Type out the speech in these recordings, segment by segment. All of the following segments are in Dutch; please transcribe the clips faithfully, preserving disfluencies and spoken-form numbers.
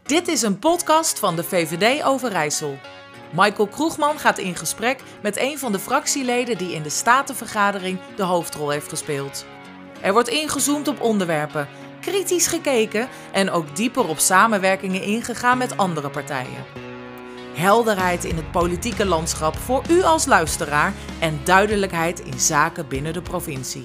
Dit is een podcast van de V V D Overijssel. Michael Kroegman gaat in gesprek met een van de fractieleden die in de Statenvergadering de hoofdrol heeft gespeeld. Er wordt ingezoomd op onderwerpen, kritisch gekeken en ook dieper op samenwerkingen ingegaan met andere partijen. Helderheid in het politieke landschap voor u als luisteraar en duidelijkheid in zaken binnen de provincie.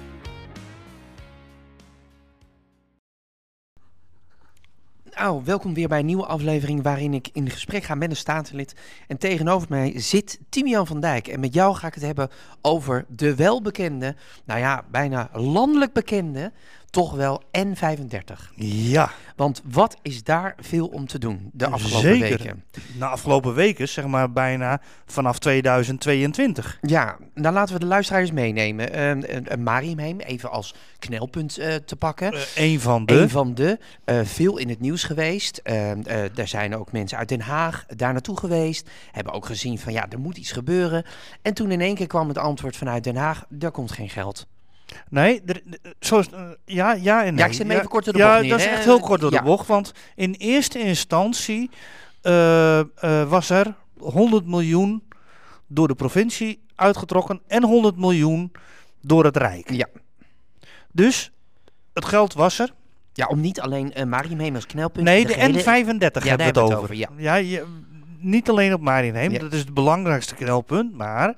Nou, welkom weer bij een nieuwe aflevering waarin ik in gesprek ga met een statenlid. En tegenover mij zit Timian van Dijk. En met jou ga ik het hebben over de welbekende, nou ja, bijna landelijk bekende, toch wel N vijfendertig. Ja. Want wat is daar veel om te doen de afgelopen Zeker. weken? De afgelopen weken, zeg maar bijna vanaf tweeduizend tweeëntwintig. Ja, dan laten we de luisteraars meenemen. Uh, uh, uh, Mariënheem, even als knelpunt uh, te pakken. Uh, een van de. Een van de. Uh, veel in het nieuws geweest. Uh, uh, er zijn ook mensen uit Den Haag daar naartoe geweest. Hebben ook gezien van ja, er moet iets gebeuren. En toen in één keer kwam het antwoord vanuit Den Haag, er komt geen geld. Nee, er, zoals, uh, ja, ja en nee. Ja, ik zet me even kort door de ja, bocht neer. Ja, dat is hè? echt heel kort door ja. de bocht. Want in eerste instantie uh, uh, was er honderd miljoen door de provincie uitgetrokken en honderd miljoen door het Rijk. Ja. Dus het geld was er. Ja, om niet alleen uh, Mariënheem als knelpunt. Nee, de, de gehele... N vijfendertig ja, hebben we het over. over ja. Ja, je, niet alleen op Mariënheem, ja. Dat is het belangrijkste knelpunt, maar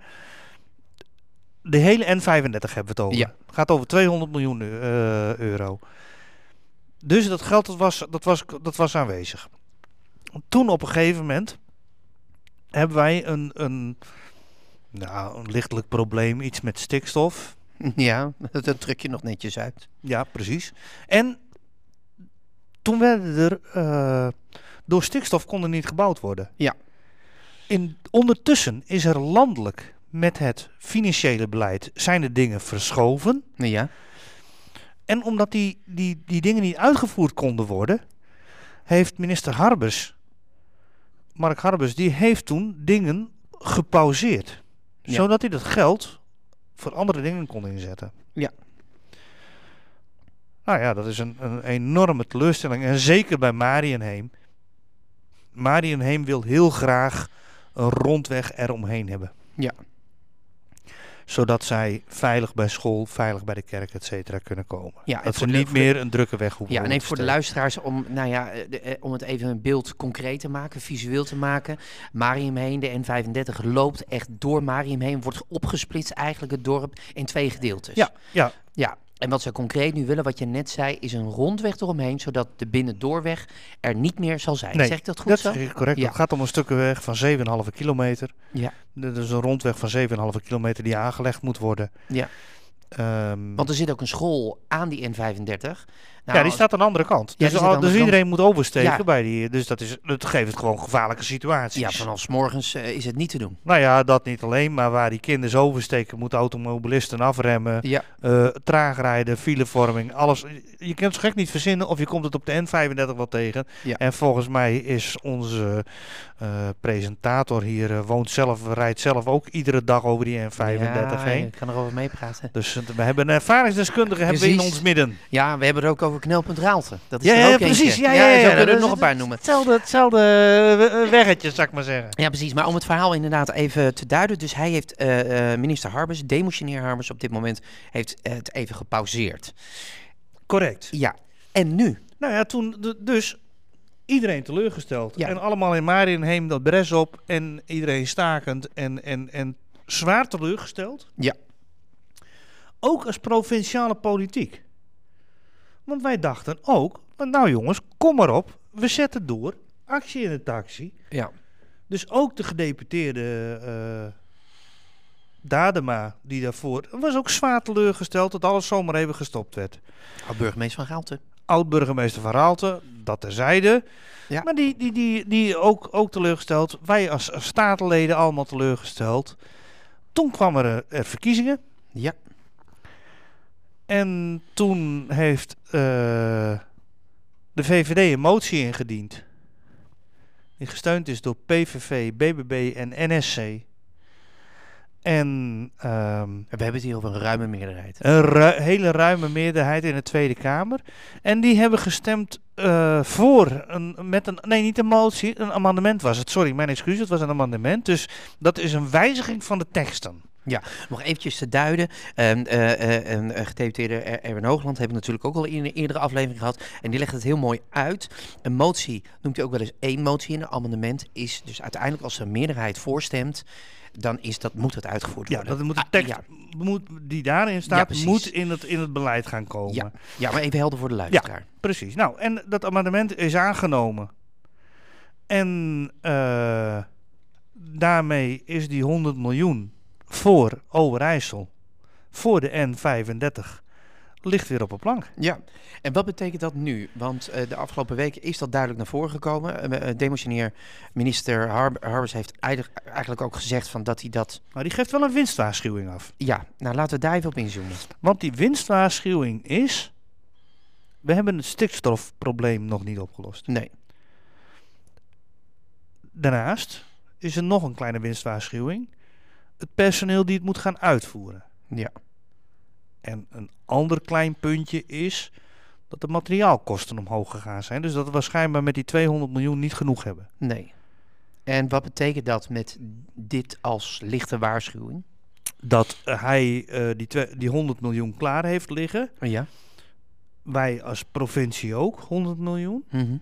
de hele N vijfendertig hebben we het over. Ja. Het gaat over tweehonderd miljoen uh, euro. Dus dat geld dat was, dat, was, dat was aanwezig. Toen op een gegeven moment hebben wij een, een, nou, een lichtelijk probleem, iets met stikstof. Ja, dat druk je nog netjes uit. Ja, precies. En toen werden er, uh, door stikstof kon er niet gebouwd worden. Ja. In, ondertussen is er landelijk met het financiële beleid zijn de dingen verschoven. Ja. En omdat die, die, die dingen niet uitgevoerd konden worden, heeft minister Harbers, Mark Harbers, die heeft toen dingen gepauzeerd. Ja. Zodat hij dat geld voor andere dingen kon inzetten. Ja. Nou ja, dat is een, een enorme teleurstelling. En zeker bij Mariënheem. Mariënheem wil heel graag een rondweg eromheen hebben. Ja. Zodat zij veilig bij school, veilig bij de kerk, et cetera kunnen komen. Ja, dat ze de, niet meer een drukke weg hoeven Ja, te en even voor de steken. luisteraars, om, nou ja, de, om het even een beeld concreet te maken, visueel te maken. Mariënheem, de N vijfendertig, loopt echt door Mariënheem, wordt opgesplitst eigenlijk het dorp in twee gedeeltes. Ja, ja. Ja. En wat ze concreet nu willen, wat je net zei, is een rondweg eromheen, zodat de binnendoorweg er niet meer zal zijn. Nee, zeg ik dat goed dat zo? zeg ik correct. Ja. Het gaat om een stuk weg van zeven komma vijf kilometer. Ja. Dat is een rondweg van zeven komma vijf kilometer die aangelegd moet worden. Ja. Um, Want er zit ook een school aan die N vijfendertig. Nou, ja, die staat aan de andere kant. Ja, dus al, al, dus iedereen kant. moet oversteken ja. bij die. Dus dat, is, dat geeft het gewoon gevaarlijke situaties. Ja, vanaf 's morgens uh, is het niet te doen. Nou ja, dat niet alleen. Maar waar die kinders oversteken, moeten automobilisten afremmen. Ja. Uh, traag rijden, filevorming, alles. Je kunt het zo gek niet verzinnen of je komt het op de N vijfendertig wel tegen. Ja. En volgens mij is onze uh, presentator hier, uh, woont zelf, rijdt zelf ook iedere dag over die N vijfendertig ja, heen. ik kan erover meepraten. Dus uh, we hebben een ervaringsdeskundige hebben we in ons midden. Ja, we hebben er ook over knelpunt Raalte. Dat is ja, er ja, ook precies. eentje. Ja, ja, ja, ja, zo ja, kunnen we ja, er nog een paar het, noemen. Hetzelfde, hetzelfde weggetje, zou ik maar zeggen. Ja, precies. Maar om het verhaal inderdaad even te duiden. Dus hij heeft, uh, uh, minister Harbers, demissionair Harbers op dit moment, heeft uh, het even gepauzeerd. Correct. Ja. En nu? Nou ja, toen de, dus iedereen teleurgesteld. Ja. En allemaal in Mariënheem dat bres op. En iedereen stakend en, en, en zwaar teleurgesteld. Ja. Ook als provinciale politiek. Want wij dachten ook, nou jongens, kom maar op. We zetten door. Actie in de taxi. Ja. Dus ook de gedeputeerde uh, Dadema, die daarvoor, was ook zwaar teleurgesteld dat alles zomaar even gestopt werd. Oud-burgemeester van Raalte. Oud-burgemeester van Raalte, dat terzijde. Ja. Maar die, die, die, die ook, ook teleurgesteld. Wij als, als statenleden allemaal teleurgesteld. Toen kwamen er, er verkiezingen. Ja. En toen heeft uh, de V V D een motie ingediend. Die gesteund is door P V V, B B B en N S C. En um, we hebben het hier over een ruime meerderheid. Een ru- hele ruime meerderheid in de Tweede Kamer. En die hebben gestemd uh, voor, een, met een, nee niet een motie, een amendement was het. Sorry, mijn excuus, het was een amendement. Dus dat is een wijziging van de teksten. Ja, nog eventjes te duiden. Um, uh, uh, een uh, gedeputeerde Erwin Hoogland heb ik natuurlijk ook al in een eerdere aflevering gehad. En die legt het heel mooi uit. Een motie noemt hij ook wel eens één motie. En een amendement is dus uiteindelijk als een meerderheid voorstemt, dan is dat, moet het uitgevoerd worden. Ja, dat moet de tekst ah, ja. moet, die daarin staat, ja, moet in het, in het beleid gaan komen. Ja. ja, maar even helder voor de luisteraar. Ja, precies. Nou, en dat amendement is aangenomen. En uh, daarmee is die honderd miljoen voor Overijssel, voor de N vijfendertig, ligt weer op een plank. Ja, en wat betekent dat nu? Want uh, de afgelopen weken is dat duidelijk naar voren gekomen. Uh, demissionair minister Har- Harbers heeft eigenlijk, eigenlijk ook gezegd van dat hij dat... Maar die geeft wel een winstwaarschuwing af. Ja, nou laten we daar even op inzoomen. Want die winstwaarschuwing is, we hebben het stikstofprobleem nog niet opgelost. Nee. Daarnaast is er nog een kleine winstwaarschuwing. Het personeel die het moet gaan uitvoeren. Ja. En een ander klein puntje is dat de materiaalkosten omhoog gegaan zijn. Dus dat we waarschijnlijk met die tweehonderd miljoen niet genoeg hebben. Nee. En wat betekent dat met dit als lichte waarschuwing? Dat uh, hij uh, die, twee, die honderd miljoen klaar heeft liggen. Ja. Wij als provincie ook honderd miljoen. Mm-hmm.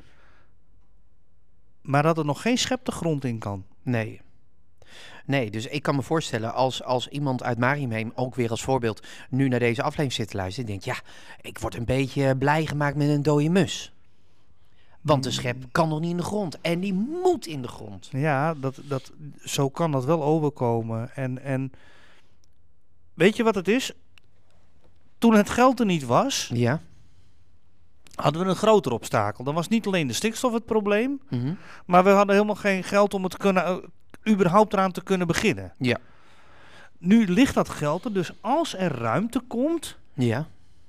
Maar dat er nog geen schep de grond in kan. Nee. Nee, dus ik kan me voorstellen als, als iemand uit Mariemheem, ook weer als voorbeeld, nu naar deze aflevering zit te luisteren, denkt, ja, ik word een beetje blij gemaakt met een dode mus. Want de schep kan nog niet in de grond. En die moet in de grond. Ja, dat, dat, zo kan dat wel overkomen. En, en weet je wat het is? Toen het geld er niet was, ja. hadden we een groter obstakel. Dan was niet alleen de stikstof het probleem, Mm-hmm. maar we hadden helemaal geen geld om het te kunnen, uh, überhaupt eraan te kunnen beginnen. Ja. Nu ligt dat geld er, dus als er ruimte komt, Ja.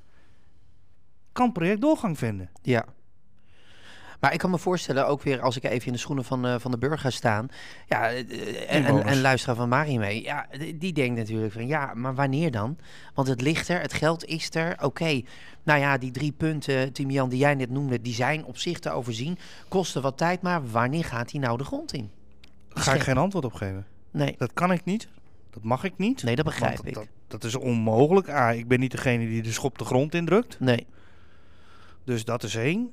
kan het project doorgang vinden. Ja. Maar ik kan me voorstellen, ook weer als ik even in de schoenen van, uh, van de burger sta, ja, uh, en, en, en luisteraar van Marie mee, ja, die denkt natuurlijk van, ja, maar wanneer dan? Want het ligt er, het geld is er, oké. Okay. Nou ja, die drie punten, Timian, die jij net noemde, die zijn op zich te overzien, kosten wat tijd, maar wanneer gaat die nou de grond in? Daar ga ik geen antwoord op geven. Nee. Dat kan ik niet. Dat mag ik niet. Nee, dat begrijp Want ik. Dat, dat is onmogelijk. Ah, ik ben niet degene die de schop de grond indrukt. Nee. Dus dat is één.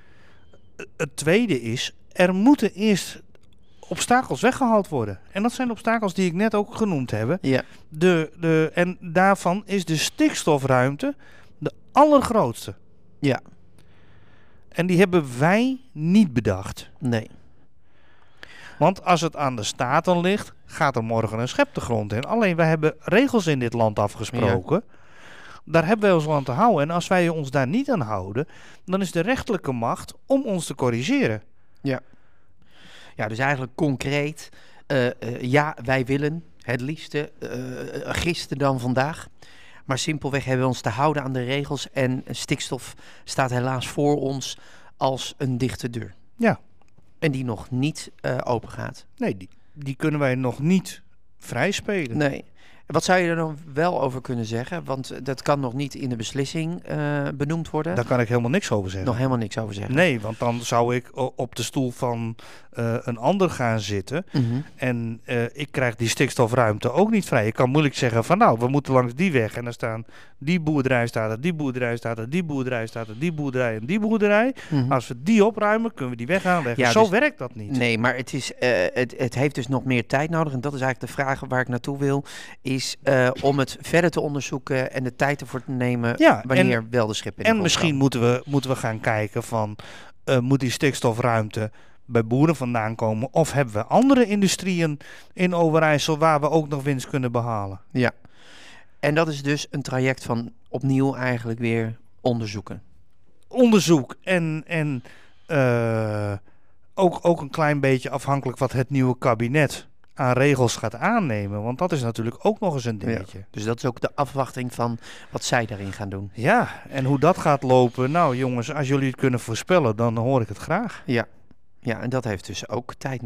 Het tweede is, er moeten eerst obstakels weggehaald worden. En dat zijn obstakels die ik net ook genoemd heb. Ja. De, de, en daarvan is de stikstofruimte de allergrootste. Ja. En die hebben wij niet bedacht. Nee. Want als het aan de staten ligt, gaat er morgen een schep de grond in. Alleen wij hebben regels in dit land afgesproken. Ja. Daar hebben wij ons aan te houden. En als wij ons daar niet aan houden, dan is de rechterlijke macht om ons te corrigeren. Ja. Ja, dus eigenlijk concreet, uh, uh, ja, wij willen het liefste uh, gisteren dan vandaag. Maar simpelweg hebben we ons te houden aan de regels en stikstof staat helaas voor ons als een dichte deur. Ja. En die nog niet uh, open gaat. Nee, die, die kunnen wij nog niet vrij spelen. Nee. Wat zou je er dan wel over kunnen zeggen? Want dat kan nog niet in de beslissing uh, benoemd worden. Daar kan ik helemaal niks over zeggen. Nog helemaal niks over zeggen. Nee, want dan zou ik op de stoel van uh, een ander gaan zitten. Mm-hmm. En uh, ik krijg die stikstofruimte ook niet vrij. Ik kan moeilijk zeggen van nou, we moeten langs die weg. En dan staan die boerderij staat er, die boerderij staat er, die boerderij staat er, die boerderij en die boerderij. Mm-hmm. Als we die opruimen, kunnen we die weg aanleggen. Ja, Zo dus, werkt dat niet. Nee, maar het, is, uh, het, het heeft dus nog meer tijd nodig. En dat is eigenlijk de vraag waar ik naartoe wil. Is uh, om het verder te onderzoeken en de tijd ervoor te nemen ja, wanneer en, wel de schip in de En misschien moeten we, moeten we gaan kijken van, uh, moet die stikstofruimte bij boeren vandaan komen? Of hebben we andere industrieën in Overijssel waar we ook nog winst kunnen behalen? Ja, en dat is dus een traject van opnieuw eigenlijk weer onderzoeken. Onderzoek en, en uh, ook, ook een klein beetje afhankelijk wat het nieuwe kabinet aan regels gaat aannemen. Want dat is natuurlijk ook nog eens een dingetje. Ja, dus dat is ook de afwachting van wat zij daarin gaan doen. Ja, en hoe dat gaat lopen. Nou jongens, als jullie het kunnen voorspellen, dan hoor ik het graag. Ja, ja, en dat heeft dus ook tijd nodig.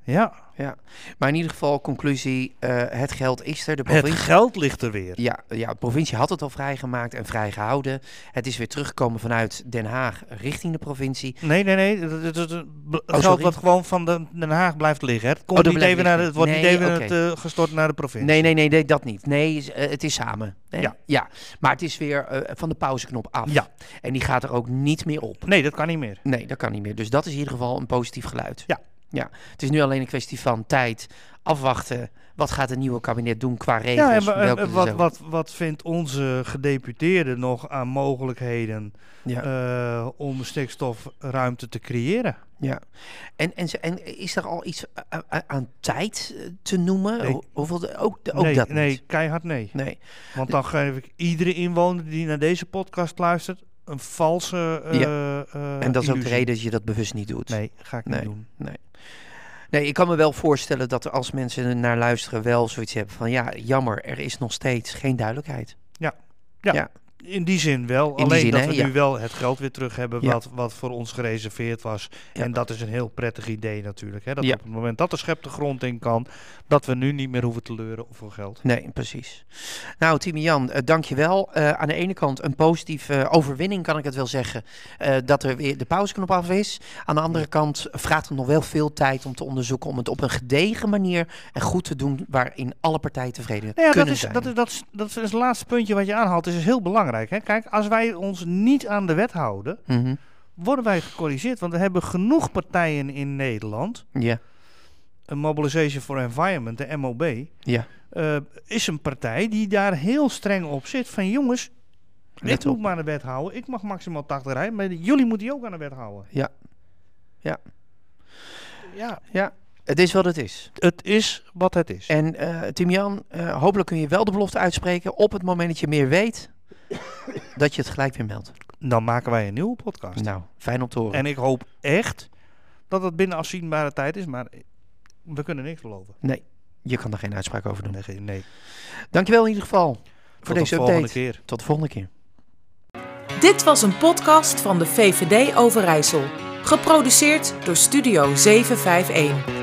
Ja. Ja, maar in ieder geval, conclusie, uh, het geld is er. De provincie... Het geld ligt er weer. Ja, ja, de provincie had het al vrijgemaakt en vrijgehouden. Het is weer teruggekomen vanuit Den Haag richting de provincie. Nee, nee, nee. Het, het, het oh, geld wat gewoon van de, Den Haag blijft liggen. Hè? Het, komt oh, niet even naar de, het wordt nee, niet even okay. het, uh, gestort naar de provincie. Nee, nee, nee, nee dat niet. Nee, uh, het is samen. Hè? Ja. ja. Maar het is weer uh, van de pauzeknop af. Ja. En die gaat er ook niet meer op. Nee, dat kan niet meer. Nee, dat kan niet meer. Dus dat is in ieder geval een positief geluid. Ja. Ja, het is nu alleen een kwestie van tijd, afwachten. Wat gaat het nieuwe kabinet doen qua regels? Ja, en, welke en wat, wat, wat vindt onze gedeputeerde nog aan mogelijkheden ja. uh, om stikstofruimte te creëren? Ja, en, en, en is er al iets aan, aan tijd te noemen? Nee. Ho, hoeveel de, ook ook nee, dat nee, niet? keihard nee. nee. Want dan geef ik iedere inwoner die naar deze podcast luistert een valse uh, ja. uh, En dat is illusie. ook de reden dat je dat bewust niet doet. Nee, ga ik nee, niet doen. Nee. Nee, ik kan me wel voorstellen dat er als mensen naar luisteren wel zoiets hebben van ja, jammer, er is nog steeds geen duidelijkheid. Ja, ja. ja. In die zin wel. In Alleen zin, dat hè? we Ja. nu wel het geld weer terug hebben Ja. wat, wat voor ons gereserveerd was. Ja. En dat is een heel prettig idee natuurlijk. Hè? Dat Ja. op het moment dat de schep de grond in kan, dat we nu niet meer hoeven te leuren voor geld. Nee, precies. Nou, Timian, uh, dank je wel. Uh, aan de ene kant een positieve uh, overwinning, kan ik het wel zeggen, uh, dat er weer de pauzeknop af is. Aan de andere kant vraagt het nog wel veel tijd om te onderzoeken, om het op een gedegen manier en goed te doen, waarin alle partijen tevreden Nou ja, kunnen dat is, zijn. dat, is, dat, is, dat is het laatste puntje wat je aanhaalt. Dat is heel belangrijk. Hè? Kijk, als wij ons niet aan de wet houden, Mm-hmm. worden wij gecorrigeerd. Want we hebben genoeg partijen in Nederland. Ja. Een Mobilization for Environment, de M O B, Ja. uh, is een partij die daar heel streng op zit. Van jongens, Let ik op. moet me aan de wet houden. Ik mag maximaal tachtig rijden, maar jullie moeten je ook aan de wet houden. Ja. Ja. Ja, Ja. Het is wat het is. het is wat het is. En uh, Timian, uh, hopelijk kun je wel de belofte uitspreken op het moment dat je meer weet, dat je het gelijk weer meldt. Dan maken wij een nieuwe podcast. Nou, fijn om te horen. En ik hoop echt dat het binnen afzienbare tijd is, maar we kunnen niks beloven. Nee, je kan er geen uitspraak over doen. Nee, nee. Dankjewel in ieder geval voor Tot deze de update. volgende keer. Tot de volgende keer. Dit was een podcast van de V V D Overijssel. Geproduceerd door Studio zeven vijf een.